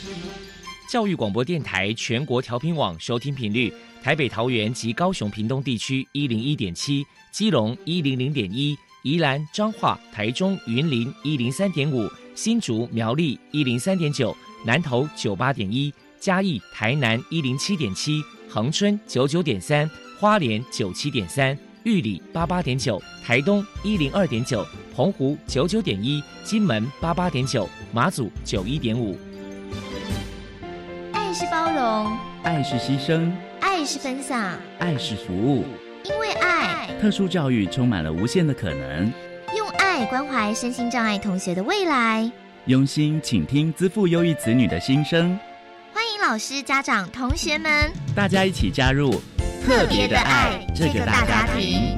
教育广播电台全国调频网收听频率：台北、桃园及高雄屏东地区101.7，基隆100.1，宜兰、彰化、台中、云林103.5，新竹、苗栗103.9，南投98.1，嘉义、台南107.7，恒春99.3，花莲97.3，玉里88.9，台东102.9，澎湖99.1，金门88.9，马祖91.5。 爱是包容， 爱是牺牲， 爱是分享， 爱是服务。 因为爱， 特殊教育充满了无限的可能。 用爱关怀身心障碍同学的未来， 用心倾听资赋优异子女的心声。 欢迎老师、家长、同学们， 大家一起加入特别的爱这个大家庭。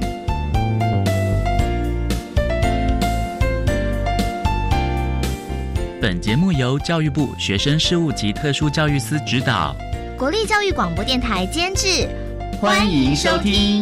本节目由教育部学生事务及特殊教育司指导， 国立教育广播电台监制， 欢迎收听。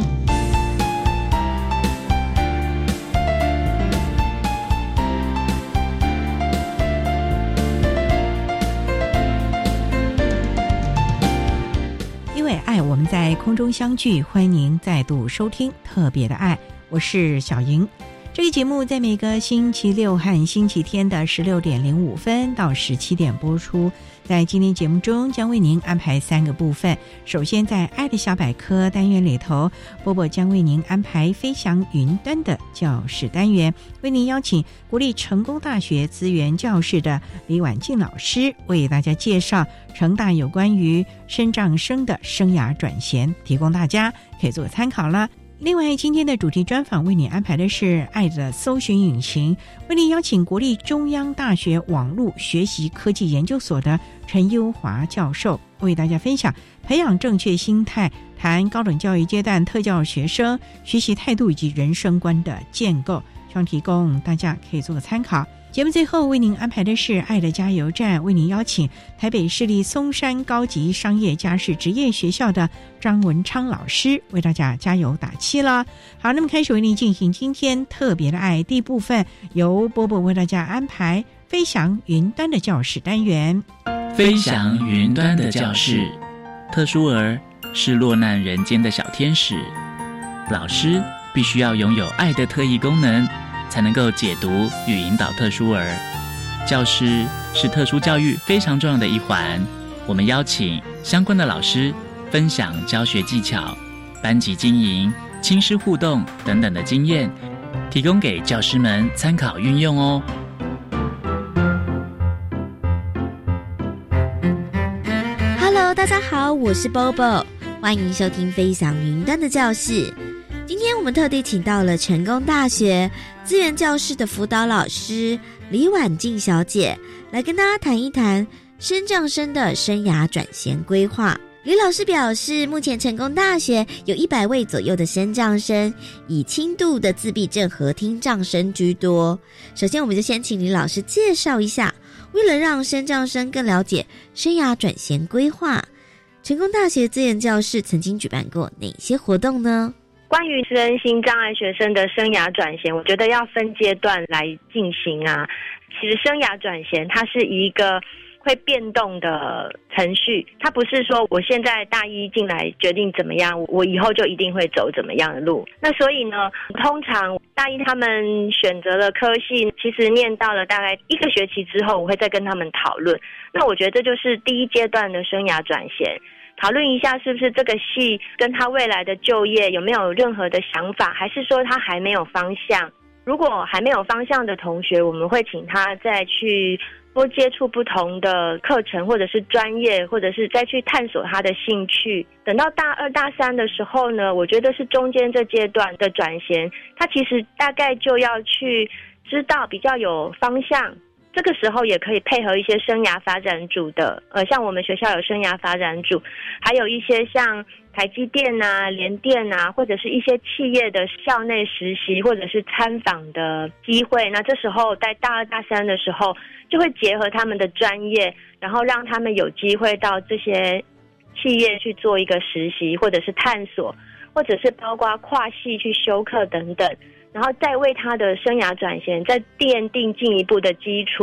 因为爱，我们在空中相聚，欢迎您再度收听特别的爱，我是小莹。这个节目在每个星期六和星期天的16:05到17点播出。在今天节目中将为您安排3个部分。首先在爱的小百科单元里头，波波将为您安排飞翔云端的教室单元，为您邀请国立成功大学资源教室的李婉静老师为大家介绍成大有关于身障生的生涯转衔，提供大家可以做参考了。另外，今天的主题专访为你安排的是爱的搜寻引擎，为你邀请国立中央大学网络学习科技研究所的陈优华教授，为大家分享培养正确心态，谈高等教育阶段特教学生学习态度以及人生观的建构，希望提供大家可以做个参考。节目最后为您安排的是爱的加油站，为您邀请台北市立松山高级商业家事职业学校的张文昌老师为大家加油打气了。好，那么开始为您进行今天特别的爱第一部分，由波波为大家安排飞翔云端的教室单元。 飞翔云端的教室，特殊儿是落难人间的小天使，老师必须要拥有爱的特异功能，才能够解读与引导特殊儿。教师是特殊教育非常重要的一环，我们邀请相关的老师分享教学技巧、班级经营、亲师互动等等的经验，提供给教师们参考运用哦。 Hello， 大家好，我是 Bobo， 欢迎收听飞翔云端的教室。今天我们特地请到了成功大学资源教室的辅导老师李婉静小姐，来跟大家谈一谈身障生的生涯转衔规划。李老师表示，目前成功大学有100位左右的身障生，以轻度的自闭症和听障生居多。首先我们就先请李老师介绍一下，为了让身障生更了解生涯转衔规划，成功大学资源教室曾经举办过哪些活动呢？ 关于身心障碍学生的生涯转衔，我觉得要分阶段来进行啊。其实生涯转衔它是一个会变动的程序，它不是说我现在大一进来决定怎么样，我以后就一定会走怎么样的路。那所以呢，通常大一他们选择了科系，其实念到了大概1个学期之后，我会再跟他们讨论。那我觉得这就是第一阶段的生涯转衔。讨论一下是不是这个系跟他未来的就业有没有任何的想法，还是说他还没有方向。如果还没有方向的同学，我们会请他再去多接触不同的课程或者是专业，或者是再去探索他的兴趣。等到大2大3的时候呢，我觉得是中间这阶段的转衔，他其实大概就要去知道比较有方向。这个时候也可以配合一些生涯发展组的，像我们学校有生涯发展组，还有一些像台积电啊、联电啊，或者是一些企业的校内实习或者是参访的机会。那这时候在大2大3的时候，就会结合他们的专业，然后让他们有机会到这些企业去做一个实习，或者是探索，或者是包括跨系去修课等等。然后再为他的生涯转衔再奠定进一步的基础。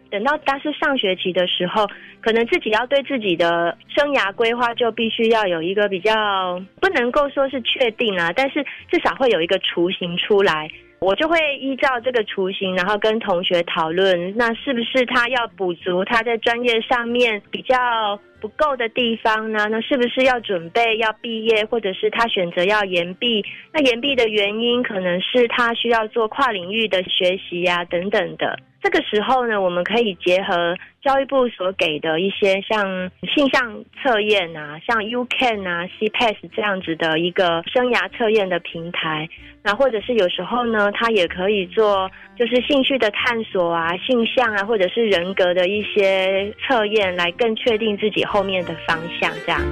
等到他是上学期的时候，可能自己要对自己的生涯规划就必须要有一个比较，不能够说是确定啊，但是至少会有一个雏形出来。我就会依照这个雏形，然后跟同学讨论，那是不是他要补足他在专业上面比较不够的地方呢？那是不是要准备要毕业，或者是他选择要延毕？那延毕的原因可能是他需要做跨领域的学习啊，等等的。这个时候呢，我们可以结合教育部所给的一些像性向测验啊，像 UCAN 啊 CPAS 这样子的一个生涯测验的平台，那或者是有时候呢，他也可以做就是兴趣的探索啊，性向啊，或者是人格的一些测验，来更确定自己后面的方向这样。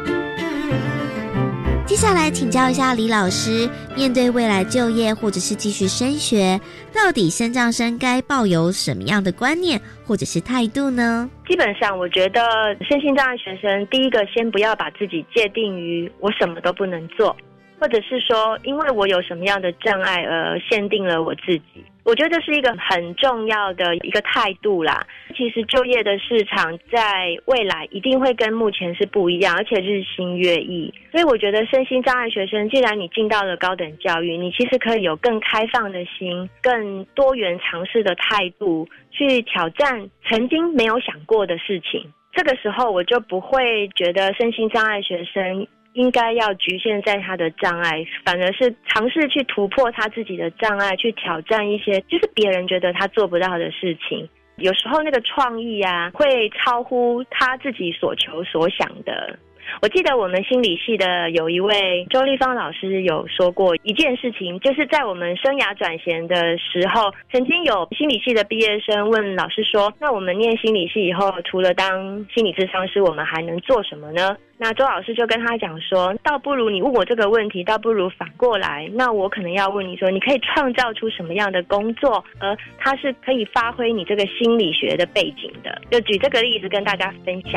接下来请教一下李老师，面对未来就业或者是继续升学，到底身障生该抱有什么样的观念或者是态度呢？ 基本上我觉得身心障碍学生，第一个先不要把自己界定于我什么都不能做，或者是说因为我有什么样的障碍而限定了我自己。我觉得这是一个很重要的一个态度啦。其实就业的市场在未来一定会跟目前是不一样，而且日新月异。所以我觉得身心障碍学生，既然你进到了高等教育，你其实可以有更开放的心，更多元尝试的态度，去挑战曾经没有想过的事情。这个时候我就不会觉得身心障碍学生应该要局限在他的障碍，反而是尝试去突破他自己的障碍，去挑战一些就是别人觉得他做不到的事情。有时候那个创意啊，会超乎他自己所求所想的。我记得我们心理系的有一位周立芳老师有说过一件事情，就是在我们生涯转衔的时候，曾经有心理系的毕业生问老师说，那我们念心理系以后，除了当心理咨商师，我们还能做什么呢？那周老师就跟他讲说，倒不如你问我这个问题，倒不如反过来，那我可能要问你说，你可以创造出什么样的工作，而它是可以发挥你这个心理学的背景的。就举这个例子跟大家分享。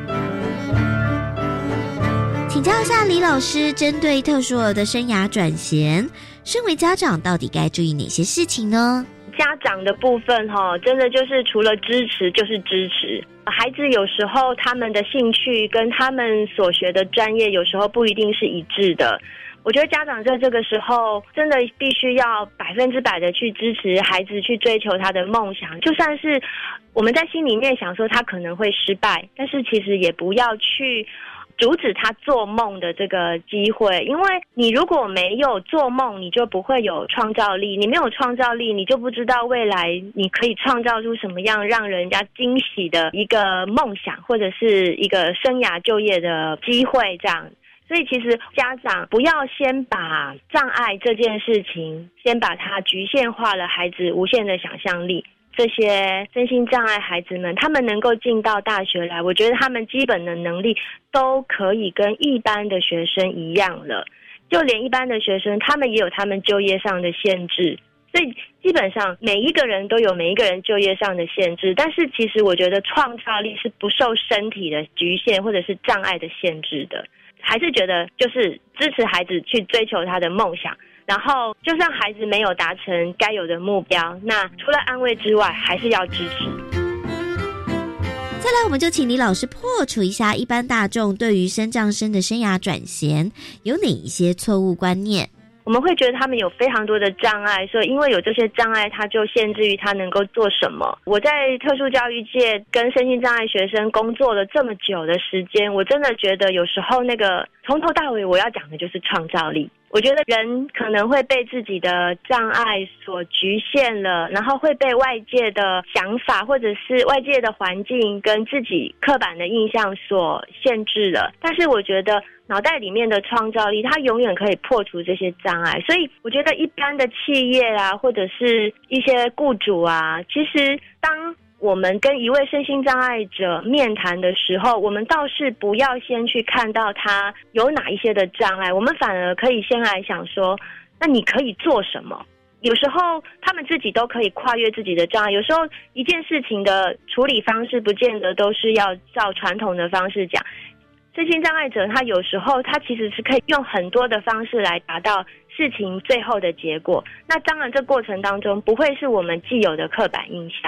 请教一下李老师，针对特殊儿的生涯转衔，身为家长到底该注意哪些事情呢？ 家长的部分真的就是除了支持就是支持。孩子有时候他们的兴趣跟他们所学的专业有时候不一定是一致的。我觉得家长在这个时候真的必须要100%的去支持孩子去追求他的梦想，就算是我们在心里面想说他可能会失败，但是其实也不要去阻止他做梦的这个机会。因为你如果没有做梦，你就不会有创造力，你没有创造力，你就不知道未来你可以创造出什么样让人家惊喜的一个梦想，或者是一个生涯就业的机会这样。所以其实家长不要先把障碍这件事情先把它局限化了孩子无限的想象力。这些身心障碍孩子们，他们能够进到大学来，我觉得他们基本的能力都可以跟一般的学生一样了。就连一般的学生，他们也有他们就业上的限制，所以基本上每一个人都有每一个人就业上的限制。但是其实我觉得创造力是不受身体的局限或者是障碍的限制的。还是觉得就是支持孩子去追求他的梦想，然后就算孩子没有达成该有的目标，那除了安慰之外还是要支持。 再来我们就请李老师破除一下一般大众对于身障生的生涯转衔有哪一些错误观念。 我们会觉得他们有非常多的障碍，所以因为有这些障碍，他就限制于他能够做什么。我在特殊教育界跟身心障碍学生工作了这么久的时间，我真的觉得有时候那个从头到尾我要讲的就是创造力。我觉得人可能会被自己的障碍所局限了，然后会被外界的想法或者是外界的环境跟自己刻板的印象所限制了。但是我觉得脑袋里面的创造力，它永远可以破除这些障碍。所以我觉得一般的企业啊，或者是一些雇主啊，其实当我们跟一位身心障碍者面谈的时候，我们倒是不要先去看到他有哪一些的障碍，我们反而可以先来想说，那你可以做什么？有时候他们自己都可以跨越自己的障碍，有时候一件事情的处理方式不见得都是要照传统的方式讲。身心障碍者他有时候他其实是可以用很多的方式来达到事情最后的结果，那当然这过程当中不会是我们既有的刻板印象。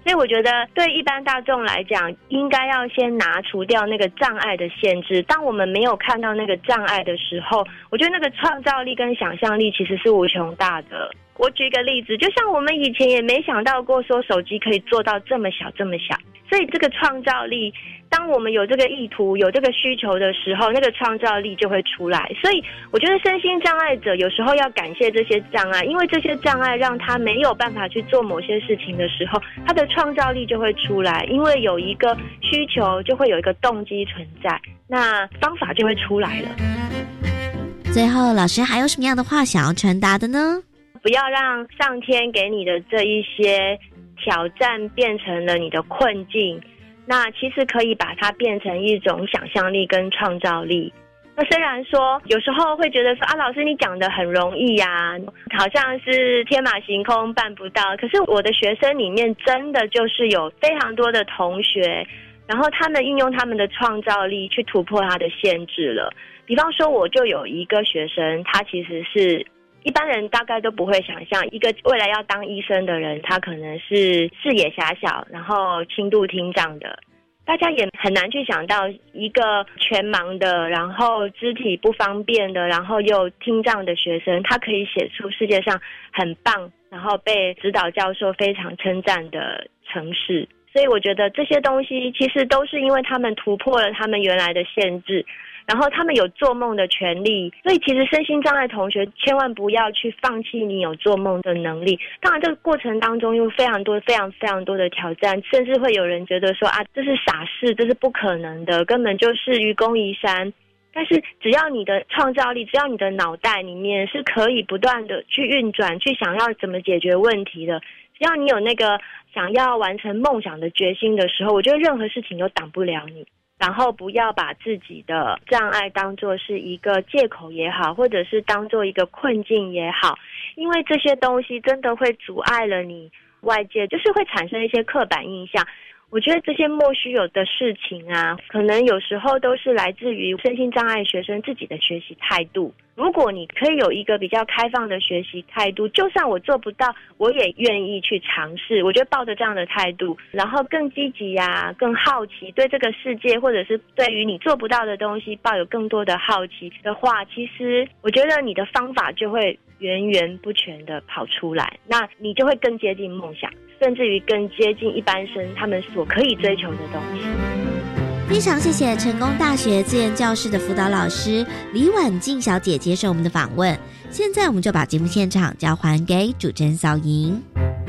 所以我觉得对一般大众来讲，应该要先拿除掉那个障碍的限制。当我们没有看到那个障碍的时候，我觉得那个创造力跟想象力其实是无穷大的。我举一个例子，就像我们以前也没想到过说手机可以做到这么小这么小，所以这个创造力，当我们有这个意图有这个需求的时候，那个创造力就会出来。所以我觉得身心障碍者有时候要感谢这些障碍，因为这些障碍让他没有办法去做某些事情的时候，他的创造力就会出来，因为有一个需求就会有一个动机存在，那方法就会出来了。 最后老师还有什么样的话想要传达的呢？ 不要让上天给你的这一些挑战变成了你的困境，那其实可以把它变成一种想象力跟创造力。那虽然说有时候会觉得说啊，老师你讲的很容易啊，好像是天马行空办不到，可是我的学生里面真的就是有非常多的同学，然后他们运用他们的创造力去突破他的限制了。比方说我就有一个学生，他其实是一般人大概都不会想象，一个未来要当医生的人，他可能是视野狭小，然后轻度听障的。大家也很难去想到一个全盲的，然后肢体不方便的，然后又听障的学生，他可以写出世界上很棒，然后被指导教授非常称赞的程式。所以我觉得这些东西其实都是因为他们突破了他们原来的限制，然后他们有做梦的权利。所以其实身心障碍同学千万不要去放弃你有做梦的能力。当然这个过程当中有非常多的挑战，甚至会有人觉得说啊，这是傻事，这是不可能的，根本就是愚公移山。但是只要你的创造力，只要你的脑袋里面是可以不断的去运转，去想要怎么解决问题的，只要你有那个想要完成梦想的决心的时候，我觉得任何事情都挡不了你。然后不要把自己的障碍当作是一个借口也好，或者是当作一个困境也好，因为这些东西真的会阻碍了你外界，就是会产生一些刻板印象。我觉得这些莫须有的事情啊，可能有时候都是来自于身心障碍学生自己的学习态度。如果你可以有一个比较开放的学习态度，就算我做不到，我也愿意去尝试。我觉得抱着这样的态度，然后更积极啊，更好奇，对这个世界或者是对于你做不到的东西抱有更多的好奇的话，其实我觉得你的方法就会源源不全的跑出来，那你就会更接近梦想，甚至于更接近一般生他们所可以追求的东西。 非常谢谢成功大学资源教室的辅导老师李婉静小姐接受我们的访问。现在我们就把节目现场交还给主持人小莹。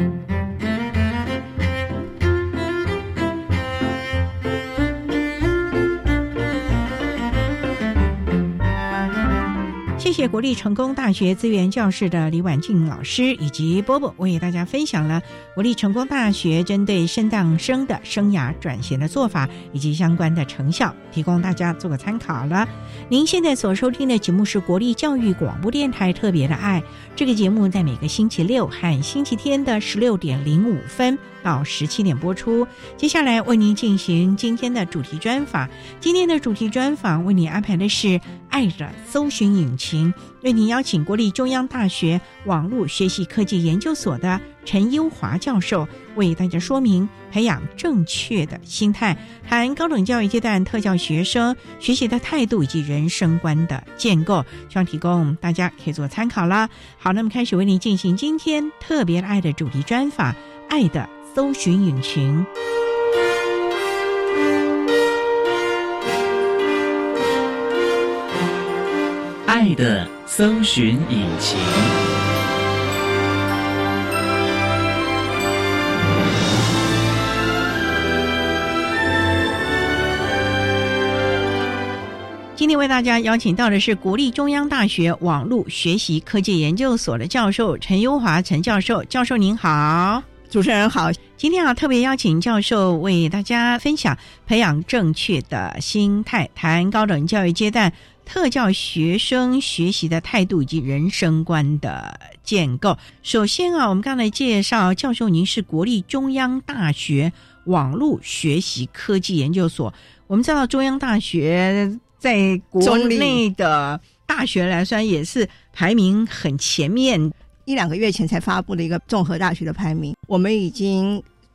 谢谢国立成功大学资源教室的李婉静老师以及波波为大家分享了国立成功大学针对身障生的生涯转型的做法以及相关的成效，提供大家做个参考了。您现在所收听的节目是国立教育广播电台特别的爱，这个节目在每个星期六和星期天的16:05到17点播出。接下来为您进行今天的主题专访。今天的主题专访为您安排的是爱的搜寻引擎，为您邀请国立中央大学网络学习科技研究所的陈优华教授为大家说明培养正确的心态，谈高等教育阶段特教学生学习的态度以及人生观的建构，希望提供大家可以做参考啦。好，那么开始为您进行今天特别爱的主题专访，爱的搜寻引擎。 爱的搜寻引擎。 今天为大家邀请到的是国立中央大学网络学习科技研究所的教授陈优华陈教授。教授您好。 主持人好。 今天特别邀请教授为大家分享培养正确的心态，谈高等教育阶段特教学生学习的态度以及人生观的建构。首先我们刚才介绍教授您是国立中央大学网络学习科技研究所。我们知道中央大学在国内的大学来说也是排名很前面，1-2个月前才发布的一个综合大学的排名，我们已经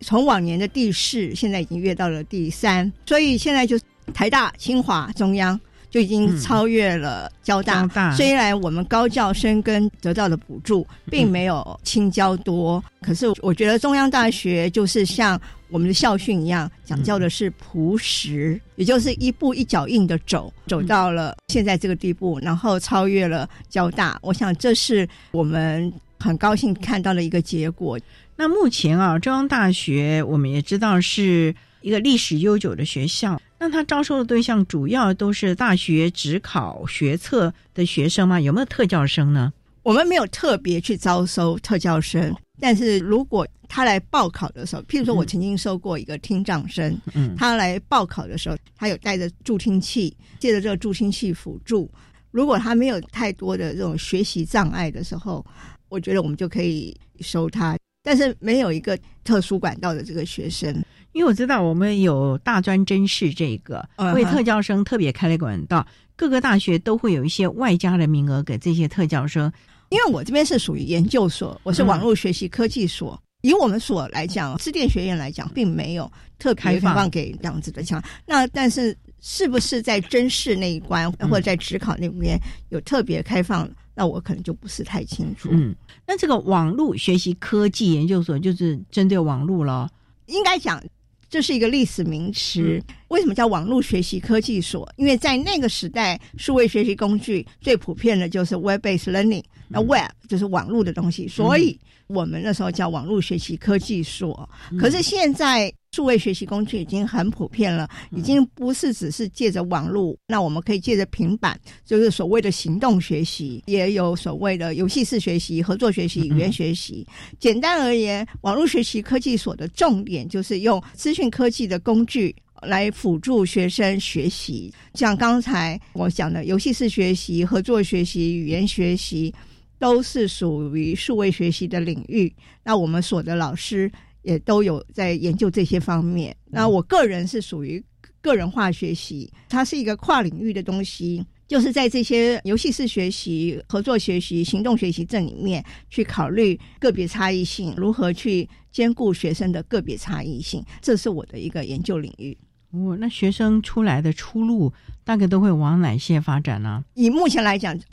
从往年的第4，现在已经跃到了第3，所以现在就台大、清华、中央就已经超越了交大。虽然我们高教生跟得到的补助并没有清交多，可是我觉得中央大学就是像我们的校训一样，讲究的是朴实，也就是一步一脚印的走到了现在这个地步，然后超越了交大。我想这是我们很高兴看到的一个结果。 那目前中央大学我们也知道是一个历史悠久的学校，那他招收的对象主要都是大学指考学测的学生吗？有没有特教生呢？ 我们没有特别去招收特教生，但是如果他来报考的时候，譬如说我曾经收过一个听障生，他来报考的时候，他有带着助听器，借着这个助听器辅助，如果他没有太多的这种学习障碍的时候，我觉得我们就可以收他，但是没有一个特殊管道的这个学生。 因为我知道我们有大专甄试这个为特教生特别开了管道，各个大学都会有一些外加的名额给这些特教生。 因为我这边是属于研究所，我是网络学习科技所，以我们所来讲，资电学院来讲并没有特别开放给这样子的情况。那但是是不是在甄试那一关或者在指考那边有特别开放，那我可能就不是太清楚。 那这个网络学习科技研究所就是针对网络了， 应该讲这是一个历史名词。为什么叫网络学习科技所？因为在那个时代，数位学习工具最普遍的就是 web-based learning， 那 web 就是网络的东西，所以我们那时候叫网络学习科技所。可是现在数位学习工具已经很普遍了，已经不是只是借着网络，那我们可以借着平板，就是所谓的行动学习，也有所谓的游戏式学习、合作学习、语言学习。简单而言，网络学习科技所的重点就是用资讯科技的工具来辅助学生学习，像刚才我讲的游戏式学习、合作学习、语言学习，都是属于数位学习的领域。那我们所的老师也都有在研究这些方面。那我个人是属于个人化学习，它是一个跨领域的东西，就是在这些游戏式学习、合作学习、行动学习这里面去考虑个别差异性，如何去兼顾学生的个别差异性，这是我的一个研究领域。 那学生出来的出路大概都会往哪些发展呢？ 以目前来讲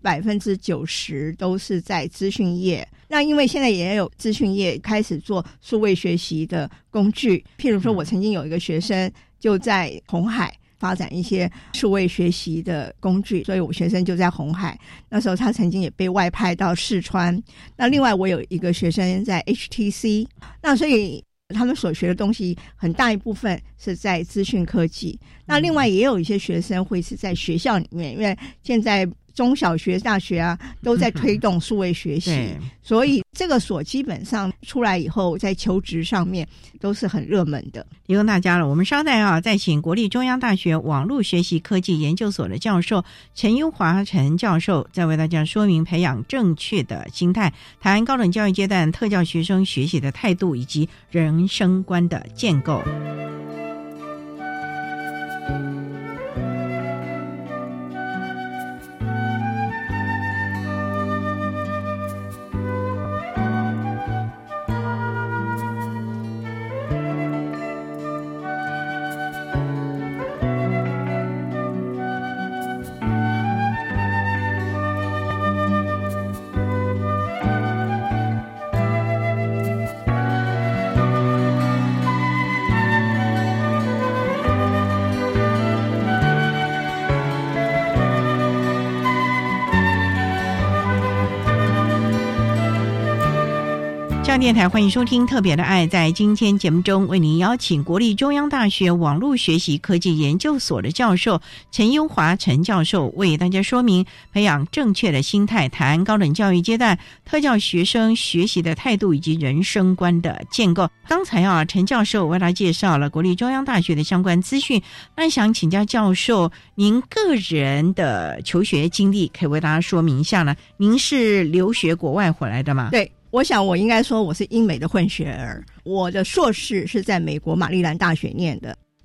，90%都是在资讯业。那因为现在也有资讯业开始做数位学习的工具，譬如说我曾经有一个学生就在鸿海发展一些数位学习的工具，所以我学生就在鸿海，那时候他曾经也被外派到四川。那另外我有一个学生在 HTC， 那所以他们所学的东西很大一部分是在资讯科技。那另外也有一些学生会是在学校里面，因为现在中小学、大学都在推动数位学习，所以这个所基本上出来以后在求职上面都是很热门的。 提供大家了，我们稍待再请国立中央大学网络学习科技研究所的教授陈优华陈教授再为大家说明培养正确的心态，谈高等教育阶段特教学生学习的态度以及人生观的建构。电台欢迎收听特别的爱，在今天节目中为您邀请国立中央大学网络学习科技研究所的教授陈优华陈教授为大家说明培养正确的心态，谈高等教育阶段特教学生学习的态度以及人生观的建构。刚才陈教授为大家介绍了国立中央大学的相关资讯，那想请教教授您个人的求学经历可以为大家说明一下呢？您是留学国外回来的吗？ 对，我想我应该说我是英美的混血儿。我的硕士是在美国马里兰大学念的，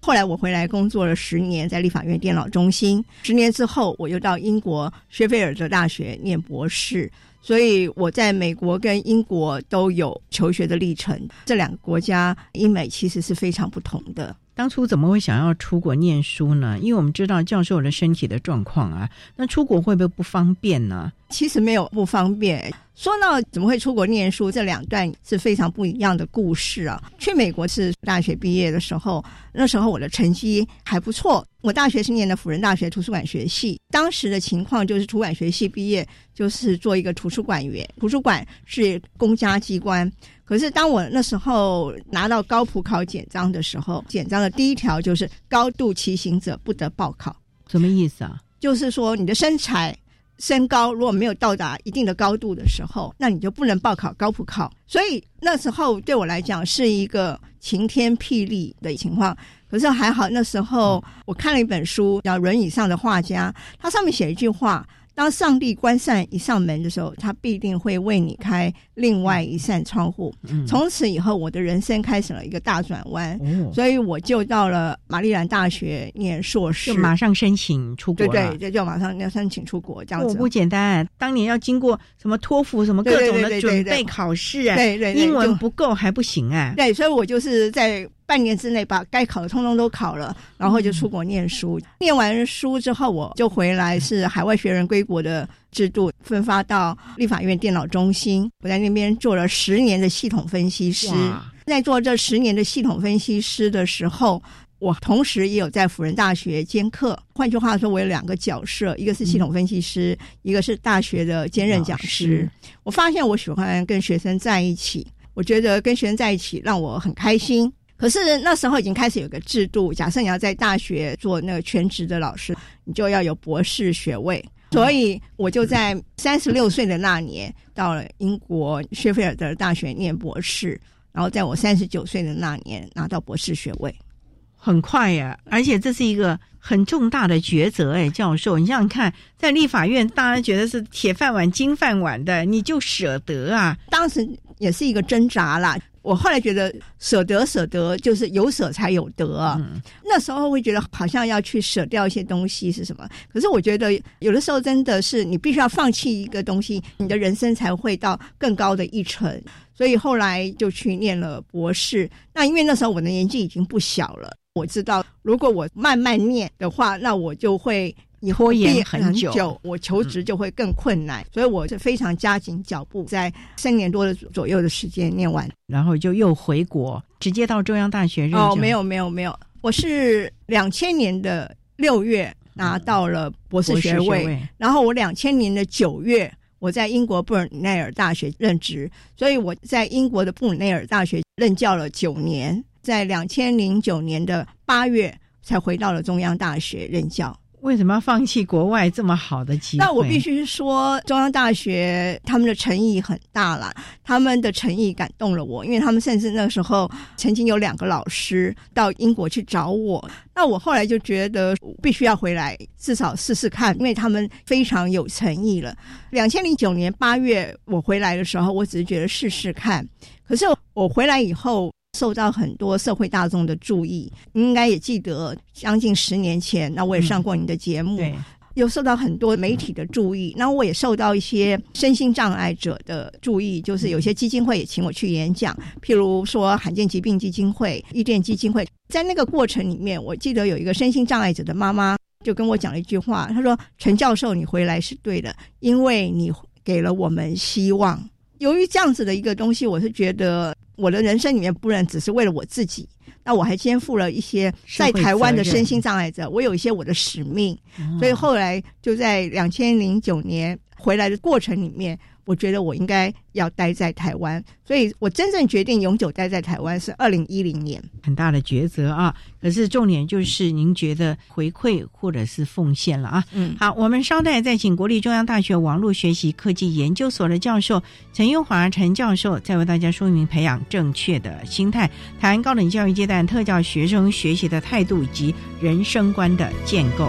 后来我回来工作了10年，在立法院电脑中心。10年之后，我又到英国薛菲尔德大学念博士。所以我在美国跟英国都有求学的历程，这两个国家英美其实是非常不同的。 当初怎么会想要出国念书呢？因为我们知道教授的身体的状况啊，那出国会不会不方便呢？ 其实没有不方便。说到怎么会出国念书，这两段是非常不一样的故事啊。去美国是大学毕业的时候，那时候我的成绩还不错。我大学是念的辅仁大学图书馆学系，当时的情况就是图书馆学系毕业就是做一个图书馆员，图书馆是公家机关。可是当我那时候拿到高普考简章的时候，简章的第一条就是高度骑行者不得报考。 什么意思啊？ 就是说你的身高如果没有到达一定的高度的时候，那你就不能报考高普考。所以那时候对我来讲是一个晴天霹雳的情况。可是还好那时候我看了一本书叫《轮椅上的画家》，它上面写一句话，当上帝关上一扇门的时候，他必定会为你开另外一扇窗户。从此以后我的人生开始了一个大转弯。所以我就到了玛丽兰大学念硕士， 就马上申请出国了。 对，就马上要申请出国这样子。 不简单，当年要经过什么托福什么各种的准备考试啊， 对， 英文不够还不行啊。 对，所以我就是在半年之内把该考的通通都考了，然后就出国念书。念完书之后我就回来，是海外学人归国的制度分发到立法院电脑中心，我在那边做了10年的系统分析师。在做这10年的系统分析师的时候，我同时也有在辅仁大学兼课。换句话说，我有2个角色，一个是系统分析师，一个是大学的兼任讲师。我发现我喜欢跟学生在一起，我觉得跟学生在一起让我很开心。可是那时候已经开始有个制度，假设你要在大学做那个全职的老师，你就要有博士学位。所以我就在36岁的那年到了英国薛菲尔德大学念博士，然后在我39岁的那年拿到博士学位。 很快呀，而且这是一个很重大的抉择。教授，你想想看，在立法院大家觉得是铁饭碗金饭碗的，你就舍得啊？ 当时也是一个挣扎啦。我后来觉得舍得就是有舍才有得啊。那时候会觉得好像要去舍掉一些东西是什么，可是我觉得有的时候真的是你必须要放弃一个东西，你的人生才会到更高的一层。所以后来就去念了博士。那因为那时候我的年纪已经不小了，我知道如果我慢慢念的话，那我就会拖延很久， 我求职就会更困难。所以我是非常加紧脚步，在3年多的左右的时间念完， 然后就又回国，直接到中央大学任教。 没有，我是2000年的6月拿到了博士学位，然后我2000年的9月我在英国布鲁内尔大学任职，所以我在英国的布鲁内尔大学任教了9年，在2009年的8月才回到了中央大学任教。 为什么要放弃国外这么好的机会？ 那我必须说中央大学他们的诚意很大啦，他们的诚意感动了我，因为他们甚至那时候曾经有2个老师到英国去找我。那我后来就觉得必须要回来至少试试看，因为他们非常有诚意了。2009年8月我回来的时候，我只是觉得试试看，可是我回来以后受到很多社会大众的注意，你应该也记得将近10年前，那我也上过你的节目，有受到很多媒体的注意，那我也受到一些身心障碍者的注意，就是有些基金会也请我去演讲，譬如说罕见疾病基金会、伊甸基金会。在那个过程里面，我记得有一个身心障碍者的妈妈就跟我讲了一句话，她说：陈教授，你回来是对的，因为你给了我们希望。由于这样子的一个东西，我是觉得我的人生里面不能只是为了我自己，那我还肩负了一些在台湾的身心障碍者，我有一些我的使命。所以后来就在2009年回来的过程里面，我觉得我应该要待在台湾，所以我真正决定永久待在台湾是2010年。 很大的抉择啊！可是重点就是您觉得回馈或者是奉献了啊。好，我们稍待再请国立中央大学网络学习科技研究所的教授陈永华陈教授，再为大家说明培养正确的心态，谈高等教育阶段特教学生学习的态度以及人生观的建构。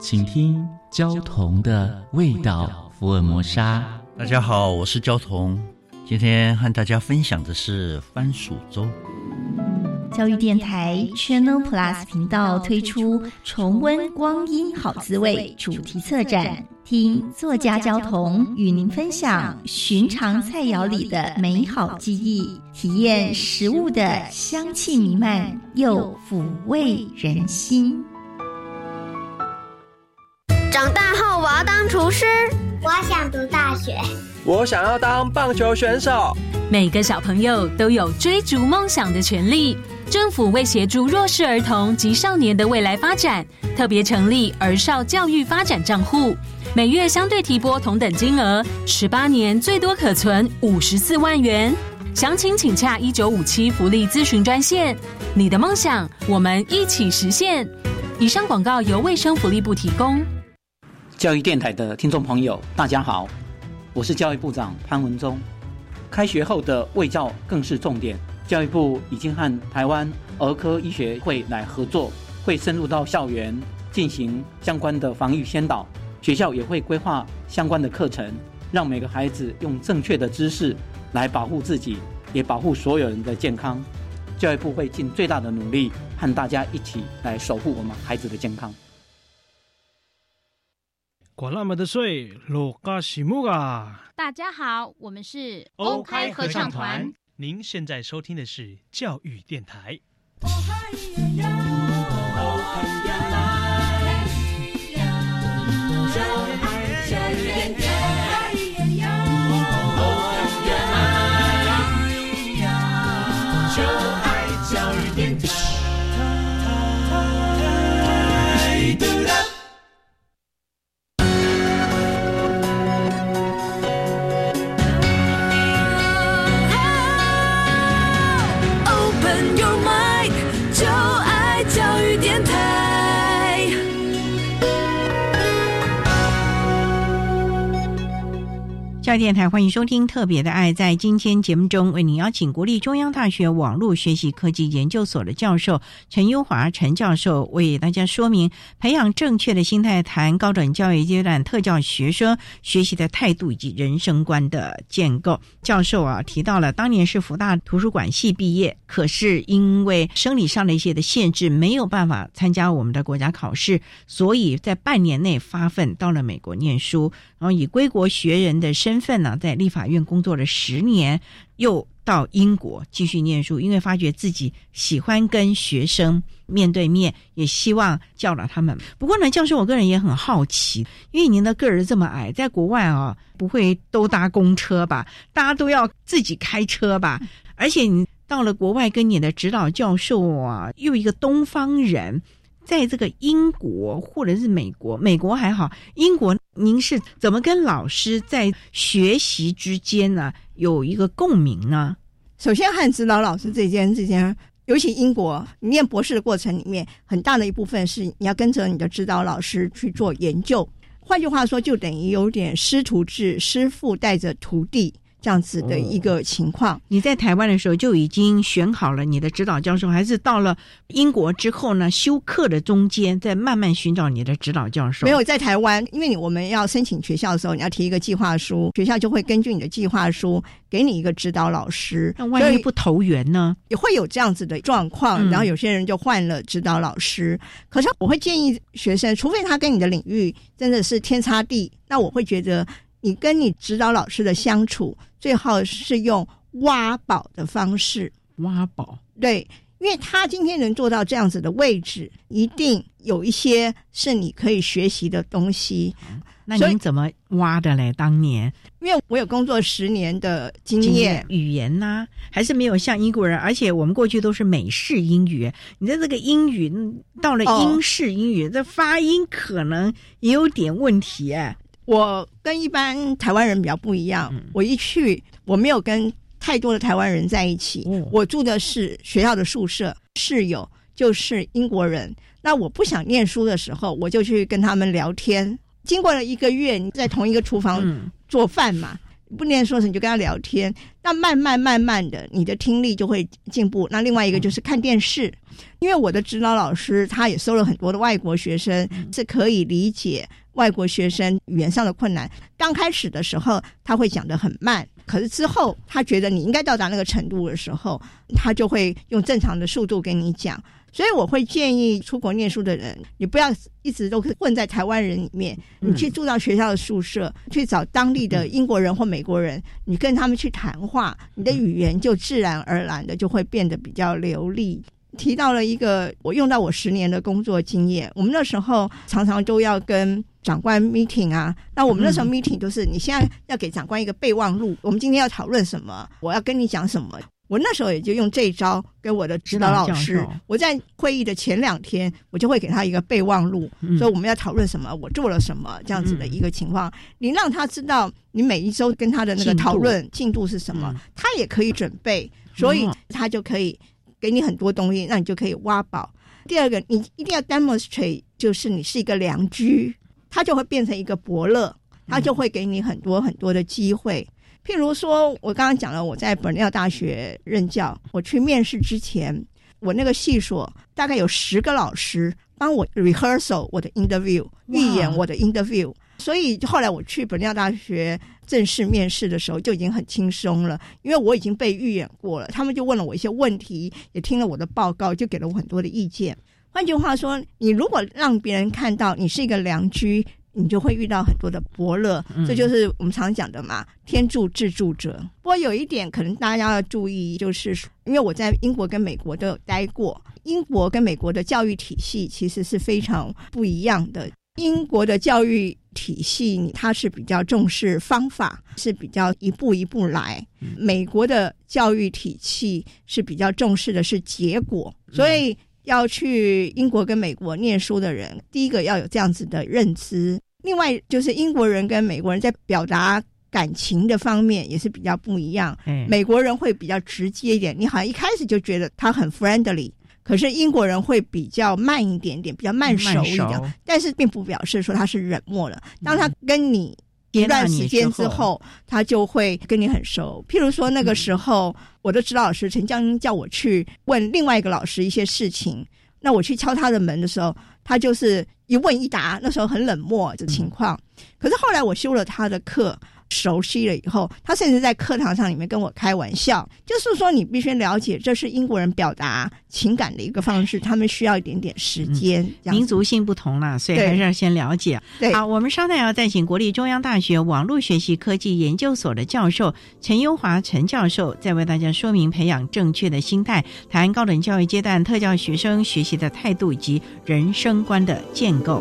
请听焦桐的味道福尔摩沙。 大家好，我是焦桐，今天和大家分享的是番薯粥。 教育电台 Channel Plus 频道推出重温光阴好滋味主题策展，听作家焦桐与您分享寻常菜肴里的美好记忆，体验食物的香气弥漫又抚慰人心。 长大后我要当厨师， 我想读大学， 我想要当棒球选手。 每个小朋友都有追逐梦想的权利。政府为协助弱势儿童及少年的未来发展，特别成立儿少教育发展账户，每月相对提拨同等金额，18年最多可存54万元。详情请洽1957福利咨询专线。你的梦想，我们一起实现。以上广告由卫生福利部提供。 教育电台的听众朋友，大家好，我是教育部长潘文忠。开学后的卫教更是重点。教育部已经和台湾儿科医学会来合作，会深入到校园进行相关的防疫宣导，学校也会规划相关的课程，让每个孩子用正确的知识来保护自己，也保护所有人的健康。教育部会尽最大的努力和大家一起来守护我们孩子的健康。 管那么的水，罗嘎西木啊！ 大家好，我们是欧开合唱团。您现在收听的是教育电台。 教育电台欢迎收听特别的爱，在今天节目中为您邀请国立中央大学网络学习科技研究所的教授陈优华陈教授为大家说明培养正确的心态谈高等教育阶段特教学生学习的态度以及人生观的建构。教授提到了当年是辅大图书馆系毕业，可是因为生理上的一些的限制没有办法参加我们的国家考试，所以在半年内发奋到了美国念书，然后以归国学人的身份呢，在立法院工作了10年，又到英国继续念书，因为发觉自己喜欢跟学生面对面，也希望教导他们。不过呢，教授我个人也很好奇，因为您的个儿这么矮，在国外不会都搭公车吧？大家都要自己开车吧？而且你到了国外跟你的指导教授又一个东方人，在这个英国或者是美国还好，英国您是怎么跟老师在学习之间呢有一个共鸣呢？ 首先和指导老师之间，尤其英国你念博士的过程里面，很大的一部分是你要跟着你的指导老师去做研究。换句话说，就等于有点师徒制，师父带着徒弟这样子的一个情况。 你在台湾的时候就已经选好了你的指导教授，还是到了英国之后呢，修课的中间再慢慢寻找你的指导教授？ 没有，在台湾，因为我们要申请学校的时候，你要提一个计划书，学校就会根据你的计划书给你一个指导老师。 那万一不投缘呢？ 也会有这样子的状况，然后有些人就换了指导老师。可是我会建议学生，除非他跟你的领域真的是天差地，那我会觉得你跟你指导老师的相处最好是用挖宝的方式。 挖宝？ 对，因为他今天能做到这样子的位置，一定有一些是你可以学习的东西。 那您怎么挖的嘞？当年因为我有工作10年的经验， 语言呢还是没有像英国人，而且我们过去都是美式英语，你在这个英语到了英式英语，这发音可能也有点问题我跟一般台湾人比较不一样，我一去我没有跟太多的台湾人在一起，我住的是学校的宿舍，室友就是英国人。那我不想念书的时候，我就去跟他们聊天。经过了1个月，在同一个厨房做饭嘛， 不念说什么，你就跟他聊天，那慢慢的你的听力就会进步。那另外一个就是看电视，因为我的指导老师他也收了很多的外国学生，是可以理解外国学生语言上的困难。刚开始的时候他会讲得很慢，可是之后他觉得你应该到达那个程度的时候，他就会用正常的速度跟你讲。所以我会建议出国念书的人，你不要一直都混在台湾人里面，你去住到学校的宿舍，去找当地的英国人或美国人，你跟他们去谈话，你的语言就自然而然的就会变得比较流利。提到了一个我用到我10年的工作经验，我们那时候常常都要跟长官 meeting 啊，那我们那时候 meeting 都是你现在要给长官一个备忘录，我们今天要讨论什么，我要跟你讲什么。我那时候也就用这一招跟我的指导老师，我在会议的前2天我就会给他一个备忘录，说我们要讨论什么，我做了什么，这样子的一个情况，你让他知道你每一周跟他的那个讨论进度是什么，他也可以准备，所以他就可以给你很多东西，那你就可以挖宝。第二个，你一定要 demonstrate 就是你是一个良居，他就会变成一个伯乐，他就会给你很多很多的机会。譬如说我刚刚讲了，我在本廖大学任教，我去面试之前，我那个系所大概有10个老师帮我 rehearsal 我的 interview， 预演我的 interview， 所以后来我去本廖大学正式面试的时候就已经很轻松了，因为我已经被预演过了，他们就问了我一些问题，也听了我的报告，就给了我很多的意见。换句话说，你如果让别人看到你是一个良居，你就会遇到很多的伯乐，这就是我们常讲的嘛，天助自助者。不过有一点可能大家要注意，就是因为我在英国跟美国都有待过，英国跟美国的教育体系其实是非常不一样的。英国的教育体系它是比较重视方法，是比较一步一步来，美国的教育体系是比较重视的是结果。所以要去英国跟美国念书的人，第一个要有这样子的认知。另外就是英国人跟美国人在表达感情的方面也是比较不一样，美国人会比较直接一点，你好像一开始就觉得他很 friendly， 可是英国人会比较慢一点点，比较慢熟一点，但是并不表示说他是冷漠了。当他跟你一段时间之后，他就会跟你很熟。譬如说那个时候，我的指导老师陈江英叫我去问另外一个老师一些事情，那我去敲他的门的时候，他就是一问一答，那时候很冷漠的情况。可是后来我修了他的课，熟悉了以后，他甚至在课堂上里面跟我开玩笑，就是说你必须了解这是英国人表达情感的一个方式，他们需要一点点时间， 民族性不同啦，所以还是要先了解。好，我们稍待要再请国立中央大学网络学习科技研究所的教授陈优华陈教授，再为大家说明培养正确的心态，谈高等教育阶段特教学生学习的态度以及人生观的建构。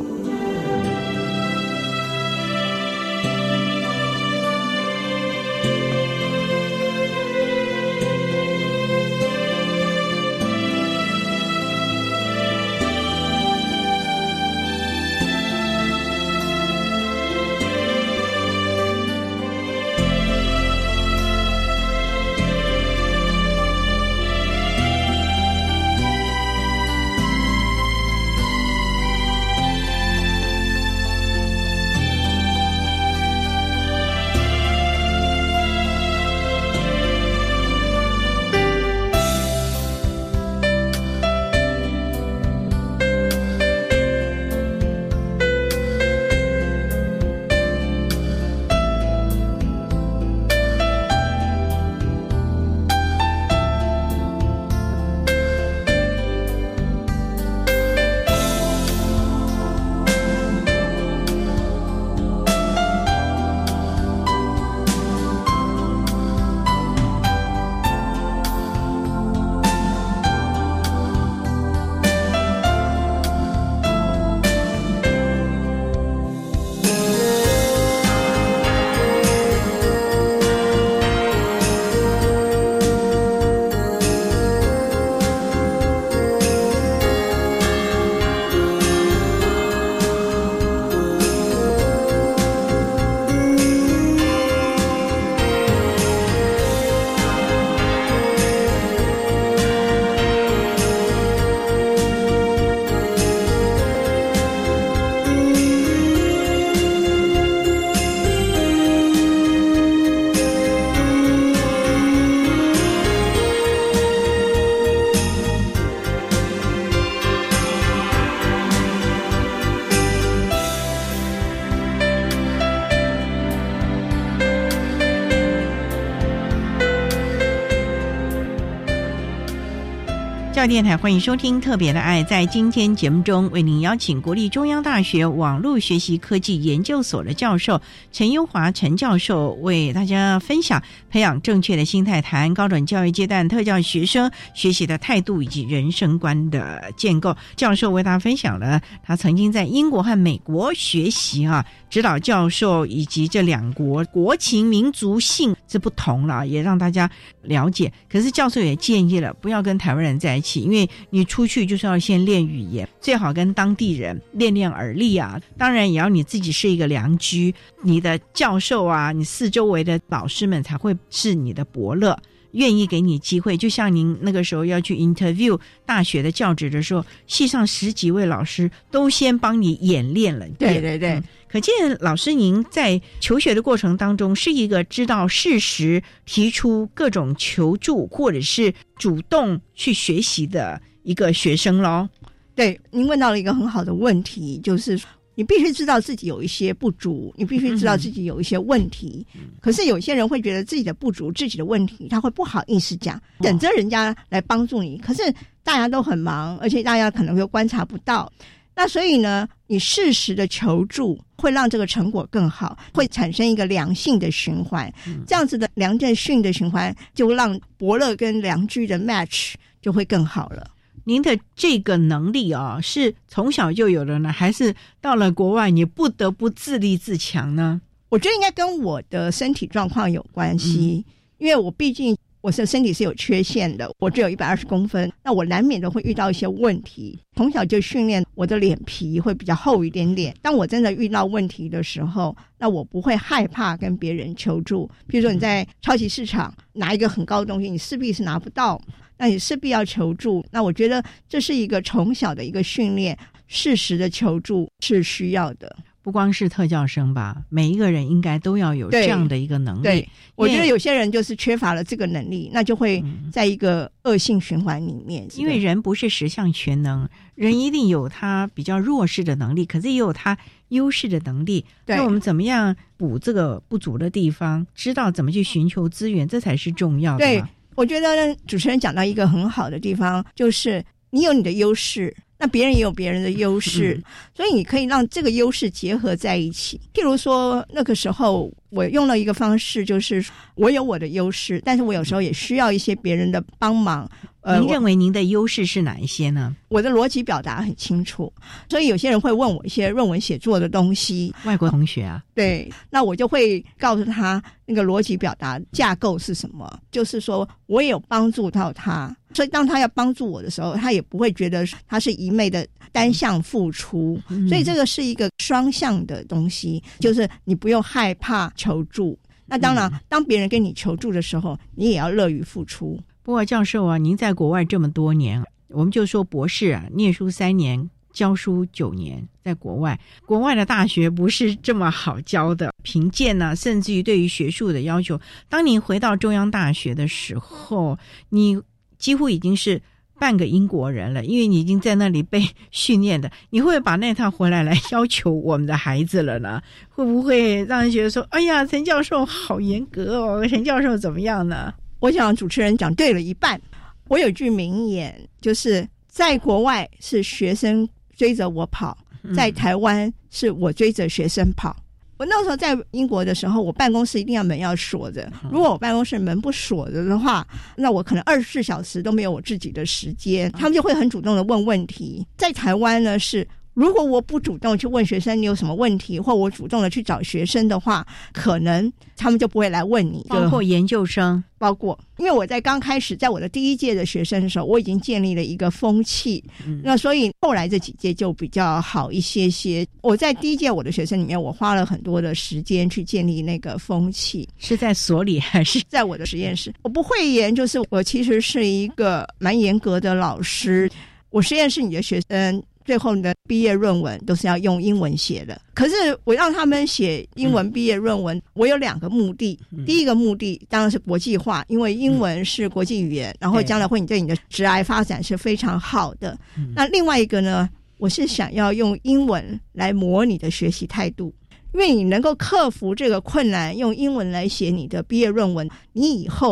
教育电台，欢迎收听特别的爱。在今天节目中，为您邀请国立中央大学网络学习科技研究所的教授陈优华陈教授，为大家分享培养正确的心态，谈高等教育阶段特教学生学习的态度以及人生观的建构。教授为大家分享了他曾经在英国和美国学习指导教授以及这两国国情民族性是不同了，也让大家了解。可是教授也建议了，不要跟台湾人在一起，因为你出去就是要先练语言，最好跟当地人练练耳力啊。当然也要你自己是一个良居，你的教授你四周围的老师们才会是你的伯乐，愿意给你机会。就像您那个时候要去 interview 大学的教职的时候，系上10几位老师都先帮你演练了。 对对对， 可见老师您在求学的过程当中是一个知道适时提出各种求助或者是主动去学习的一个学生咯。 对，您问到了一个很好的问题，就是你必须知道自己有一些不足，你必须知道自己有一些问题。可是有些人会觉得自己的不足、自己的问题，他会不好意思讲，等着人家来帮助你。可是大家都很忙，而且大家可能会观察不到。那所以呢，你适时的求助会让这个成果更好，会产生一个良性的循环。这样子的良性的循环，就让伯乐跟良居的 match 就会更好了。 您的这个能力是从小就有的呢，还是到了国外你不得不自立自强呢？ 我觉得应该跟我的身体状况有关系，因为我毕竟我的身体是有缺陷的，我只有120公分，那我难免都会遇到一些问题。从小就训练我的脸皮会比较厚一点点，当我真的遇到问题的时候，那我不会害怕跟别人求助。比如说你在超级市场拿一个很高的东西，你势必是拿不到，那你势必要求助。那我觉得这是一个从小的一个训练，适时的求助是需要的。 不光是特教生吧，每一个人应该都要有这样的一个能力。 对，我觉得有些人就是缺乏了这个能力，那就会在一个恶性循环里面。 因为人不是10项全能，人一定有他比较弱势的能力，可是也有他优势的能力。那我们怎么样补这个不足的地方，知道怎么去寻求资源，这才是重要的。 对，我觉得主持人讲到一个很好的地方，就是你有你的优势，那别人也有别人的优势，所以你可以让这个优势结合在一起。譬如说那个时候我用了一个方式，就是我有我的优势，但是我有时候也需要一些别人的帮忙。 您认为您的优势是哪一些呢？ 我的逻辑表达很清楚，所以有些人会问我一些论文写作的东西。 外国同学啊？ 对，那我就会告诉他那个逻辑表达架构是什么，就是说我也有帮助到他，所以当他要帮助我的时候，他也不会觉得他是一昧的单向付出，所以这个是一个双向的东西，就是你不用害怕求助。那当然，当别人跟你求助的时候，你也要乐于付出。 不过教授啊，您在国外这么多年，我们就说博士念书3年，教书9年，在国外的大学不是这么好教的，评鉴啊，甚至于对于学术的要求。当您回到中央大学的时候，你几乎已经是半个英国人了，因为你已经在那里被训练的。你会不会把那套回来要求我们的孩子了呢？会不会让人觉得说，哎呀，陈教授好严格哦，陈教授怎么样呢？ 我想主持人讲对了一半。我有句名言，就是在国外是学生追着我跑，在台湾是我追着学生跑。我那时候在英国的时候，我办公室一定要门要锁着，如果我办公室门不锁着的话，那我可能24小时都没有我自己的时间，他们就会很主动的问问题。在台湾呢，是如果我不主动去问学生你有什么问题，或我主动的去找学生的话，可能他们就不会来问你。 包括研究生， 包括因为我在刚开始在我的第1届的学生的时候，我已经建立了一个风气，那所以后来这几届就比较好一些些。我在第1届我的学生里面，我花了很多的时间去建立那个风气。 是在所里还是在我的实验室？我不讳言，就是我其实是一个蛮严格的老师。我实验室里的学生最后的毕业论文都是要用英文写的，可是我让他们写英文毕业论文，我有2个目的。第一个目的当然是国际化，因为英文是国际语言，然后将来会对你的职涯发展是非常好的。那另外一个呢，我是想要用英文来磨你的学习态度，因为你能够克服这个困难，用英文来写你的毕业论文，你以后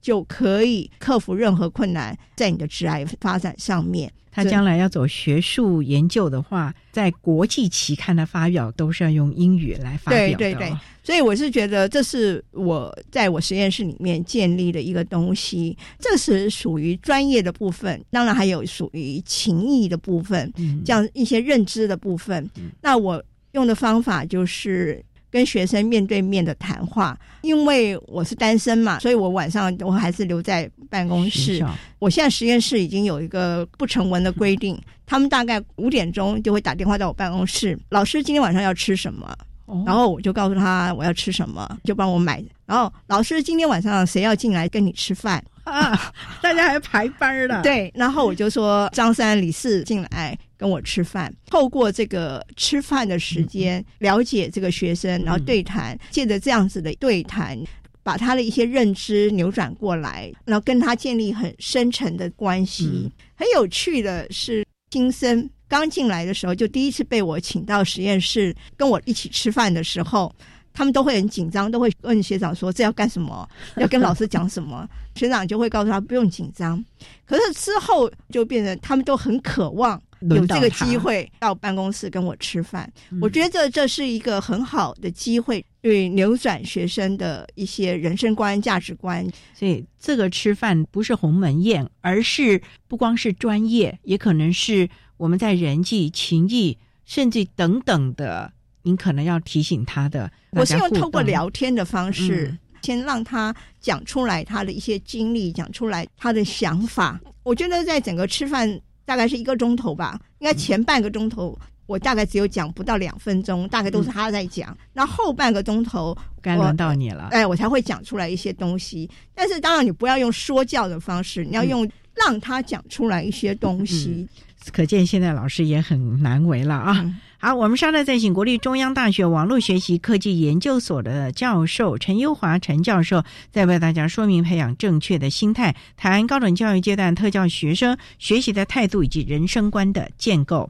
就可以克服任何困难，在你的职涯发展上面。 他将来要走学术研究的话，在国际期刊的发表都是要用英语来发表的。 对对对，所以我是觉得这是我在我实验室里面建立的一个东西，这是属于专业的部分，当然还有属于情谊的部分，这样一些认知的部分。那我用的方法就是跟学生面对面的谈话，因为我是单身嘛，所以我晚上我还是留在办公室。我现在实验室已经有一个不成文的规定，他们大概5点钟就会打电话到我办公室，老师今天晚上要吃什么，然后我就告诉他我要吃什么，就帮我买。然后老师今天晚上谁要进来跟你吃饭啊？大家还排班了。 对，然后我就说张三李四进来跟我吃饭，透过这个吃饭的时间了解这个学生，然后对谈，借着这样子的对谈，把他的一些认知扭转过来，然后跟他建立很深沉的关系。很有趣的是，新生刚进来的时候，就第一次被我请到实验室跟我一起吃饭的时候，他们都会很紧张，都会问学长说这要干什么，要跟老师讲什么。学长就会告诉他不用紧张。可是之后就变成他们都很渴望有这个机会到办公室跟我吃饭。我觉得这是一个很好的机会，对扭转学生的一些人生观价值观。 所以这个吃饭不是鸿门宴，而是不光是专业，也可能是我们在人际情谊甚至等等的，您可能要提醒他的。 我是用透过聊天的方式，先让他讲出来他的一些经历，讲出来他的想法。我觉得在整个吃饭大概是1个钟头吧，应该前半个钟头我大概只有讲不到2分钟，大概都是他在讲，然后后半个钟头该轮到你了， 我才会讲出来一些东西。但是当然你不要用说教的方式，你要用让他讲出来一些东西。 可见现在老师也很难为了啊。好，我们稍后再请国立中央大学网络学习科技研究所的教授陈优华陈教授，再为大家说明培养正确的心态，谈高等教育阶段特教学生学习的态度以及人生观的建构。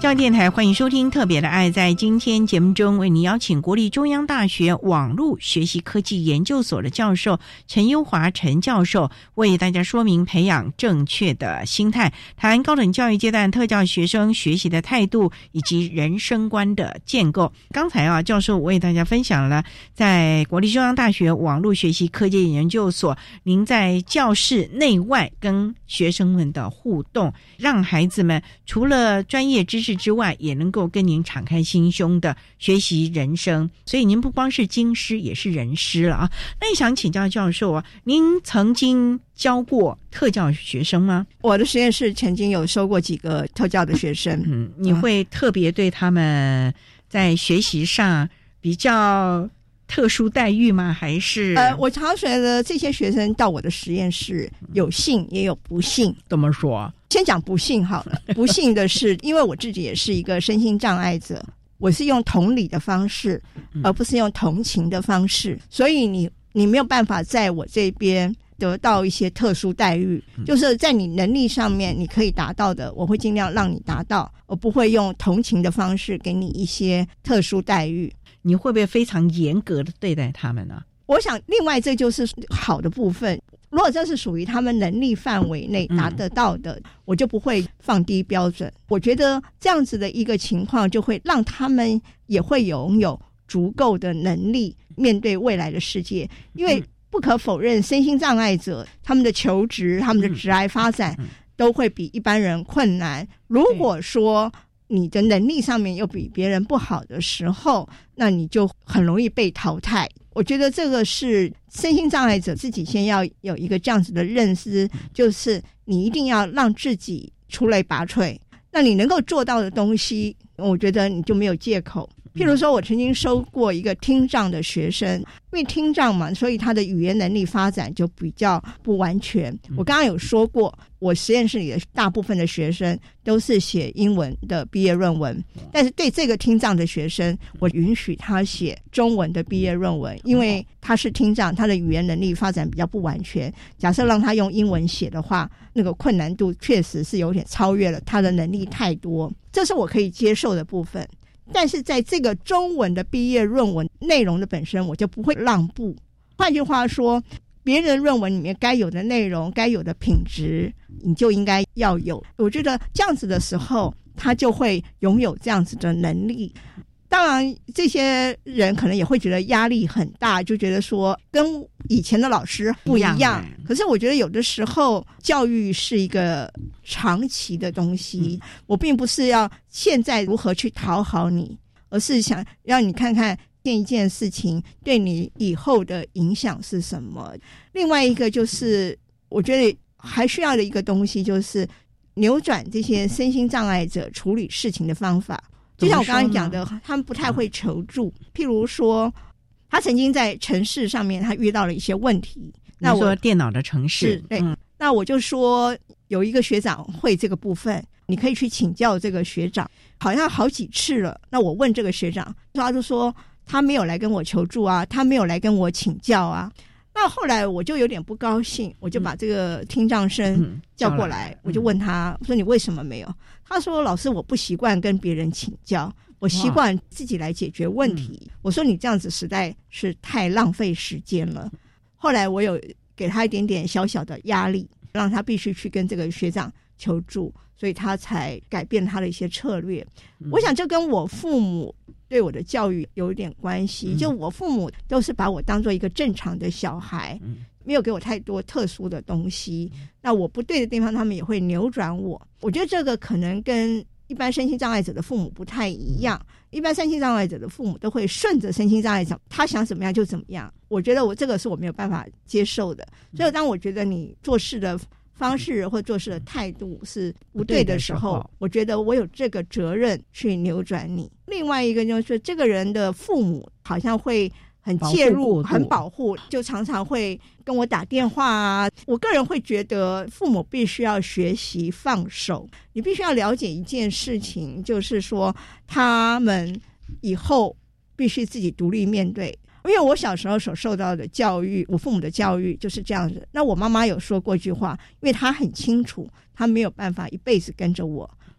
教育电台，欢迎收听特别的爱。在今天节目中，为您邀请国立中央大学网络学习科技研究所的教授陈优华陈教授，为大家说明培养正确的心态，谈高等教育阶段特教学生学习的态度以及人生观的建构。刚才教授为大家分享了在国立中央大学网络学习科技研究所，您在教室内外跟学生们的互动，让孩子们除了专业知识之外，也能够跟您敞开心胸的学习人生。所以您不光是经师，也是人师了啊。那也想请教教授啊，您曾经教过特教学生吗？ 我的实验室曾经有收过几个特教的学生。 你会特别对他们在学习上比较特殊待遇吗？还是我常觉得这些学生到我的实验室有幸也有不幸。 怎么说？ 先讲不幸好了。不幸的是，因为我自己也是一个身心障碍者，我是用同理的方式，而不是用同情的方式，所以你没有办法在我这边得到一些特殊待遇，就是在你能力上面你可以达到的，我会尽量让你达到，而不会用同情的方式给你一些特殊待遇。 你会不会非常严格的对待他们呢？ 我想另外这就是好的部分，如果这是属于他们能力范围内达得到的，我就不会放低标准。我觉得这样子的一个情况就会让他们也会拥有足够的能力面对未来的世界。因为不可否认，身心障碍者他们的求职、他们的职涯发展都会比一般人困难。如果说你的能力上面又比别人不好的时候，那你就很容易被淘汰。我觉得这个是身心障碍者自己先要有一个这样子的认知，就是你一定要让自己出类拔萃，那你能够做到的东西，我觉得你就没有借口。譬如说我曾经收过一个听障的学生，因为听障嘛，所以他的语言能力发展就比较不完全。我刚刚有说过，我实验室里的大部分的学生都是写英文的毕业论文，但是对这个听障的学生，我允许他写中文的毕业论文，因为他是听障，他的语言能力发展比较不完全，假设让他用英文写的话，那个困难度确实是有点超越了他的能力太多，这是我可以接受的部分。但是在这个中文的毕业论文内容的本身，我就不会让步。换句话说，别人论文里面该有的内容、该有的品质，你就应该要有。我觉得这样子的时候，他就会拥有这样子的能力。当然这些人可能也会觉得压力很大，就觉得说跟以前的老师不一样。可是我觉得有的时候教育是一个长期的东西，我并不是要现在如何去讨好你，而是想让你看看一件事情对你以后的影响是什么。另外一个就是我觉得还需要的一个东西，就是扭转这些身心障碍者处理事情的方法。就像我刚刚讲的，他们不太会求助。譬如说，他曾经在程式上面他遇到了一些问题。那我说电脑的程式， 对，那我就说有一个学长会这个部分，你可以去请教这个学长。好像好几次了，那我问这个学长，他就说他没有来跟我求助啊，他没有来跟我请教啊。那后来我就有点不高兴，我就把这个听障生叫过来，我就问他，我说你为什么没有？他说老师，我不习惯跟别人请教，我习惯自己来解决问题。我说你这样子实在是太浪费时间了。后来我有给他一点点小小的压力，让他必须去跟这个学长求助，所以他才改变他的一些策略。我想这跟我父母对我的教育有一点关系，就我父母都是把我当做一个正常的小孩，没有给我太多特殊的东西。那我不对的地方，他们也会扭转我。我觉得这个可能跟一般身心障碍者的父母不太一样。一般身心障碍者的父母都会顺着身心障碍者，他想怎么样就怎么样。我觉得这个是我没有办法接受的。所以当我觉得你做事的方式或做事的态度是不对的时候，我觉得我有这个责任去扭转你。另外一个就是这个人的父母好像会很介入，很保护，就常常会跟我打电话啊。我个人会觉得父母必须要学习放手，你必须要了解一件事情，就是说他们以后必须自己独立面对。因为我小时候所受到的教育，我父母的教育就是这样子。那我妈妈有说过一句话，因为她很清楚她没有办法一辈子跟着我，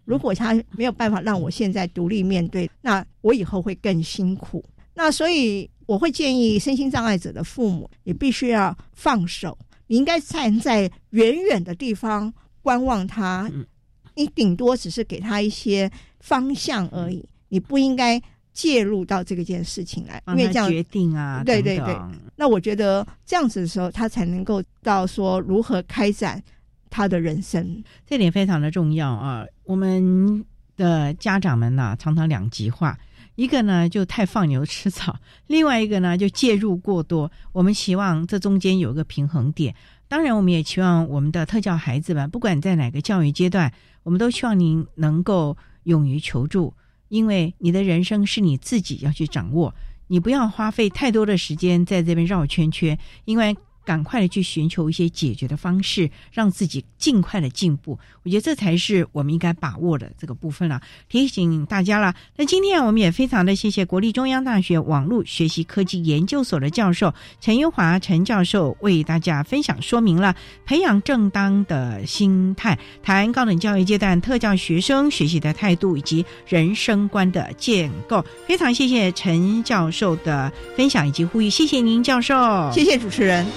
如果他没有办法让我现在独立面对，那我以后会更辛苦。那所以我会建议身心障碍者的父母，你必须要放手，你应该站在远远的地方观望他，你顶多只是给他一些方向而已，你不应该介入到这件事情来，因为这样决定啊， 对对对。那我觉得这样子的时候，他才能够到说如何开展他的人生， 这点非常的重要啊。我们的家长们呢，常常两极化，一个呢就太放牛吃草，另外一个呢就介入过多。我们希望这中间有个平衡点。当然我们也期望我们的特教孩子们，不管在哪个教育阶段，我们都希望您能够勇于求助，因为你的人生是你自己要去掌握，你不要花费太多的时间在这边绕圈圈，因为赶快的去寻求一些解决的方式，让自己尽快的进步。我觉得这才是我们应该把握的这个部分了，提醒大家了。那今天我们也非常的谢谢国立中央大学网络学习科技研究所的教授陈优华陈教授，为大家分享说明了培养正当的心态，谈高等教育阶段特教学生学习的态度以及人生观的建构。非常谢谢陈教授的分享以及呼吁，谢谢您教授。 谢谢主持人。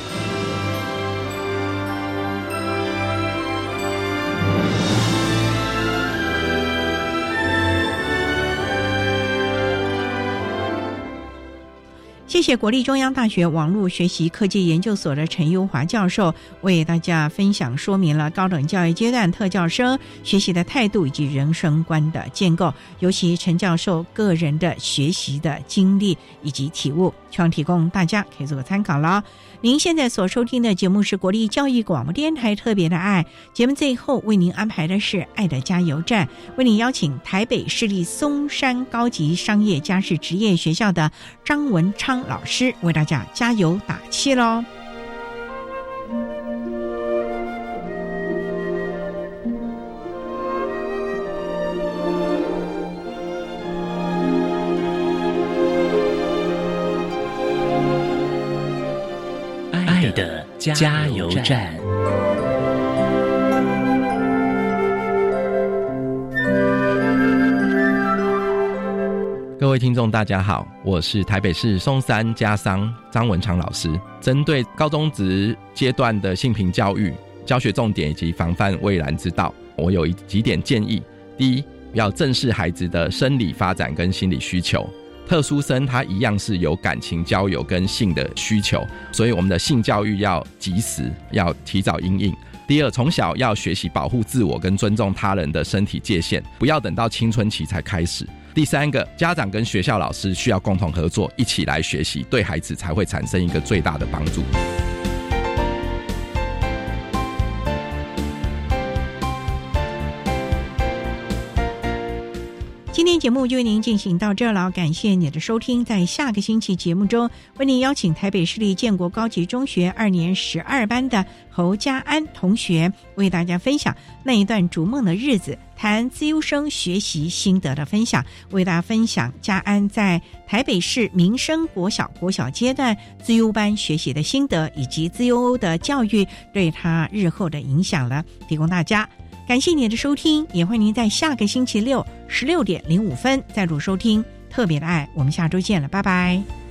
谢谢国立中央大学网络学习科技研究所的陈优华教授，为大家分享说明了高等教育阶段特教生学习的态度以及人生观的建构，尤其陈教授个人的学习的经历以及体悟，希望提供大家可以做个参考了。您现在所收听的节目是国立教育广播电台特别的爱节目，最后为您安排的是爱的加油站，为您邀请台北市立松山高级商业家事职业学校的张文昌老师为大家加油打气咯。 爱的加油站。 各位听众大家好，我是台北市松山家商张文昌老师。针对高中职阶段的性平教育教学重点以及防范未然之道，我有几点建议。第一，要正视孩子的生理发展跟心理需求，特殊生他一样是有感情交友跟性的需求，所以我们的性教育要及时，要提早因应。第二，从小要学习保护自我跟尊重他人的身体界限，不要等到青春期才开始。第三个，家长跟学校老师需要共同合作，一起来学习，对孩子才会产生一个最大的帮助。 今天节目就为您进行到这了，感谢你的收听。在下个星期节目中，为您邀请台北市立建国高级中学2年12班的侯家安同学，为大家分享那一段逐梦的日子，谈资优生学习心得的分享，为大家分享家安在台北市民生国小阶段资优班学习的心得，以及资优的教育对他日后的影响了，提供大家。感谢您的收听，也欢迎您在下个星期六16:05再度收听特别的爱。我们下周见了，拜拜。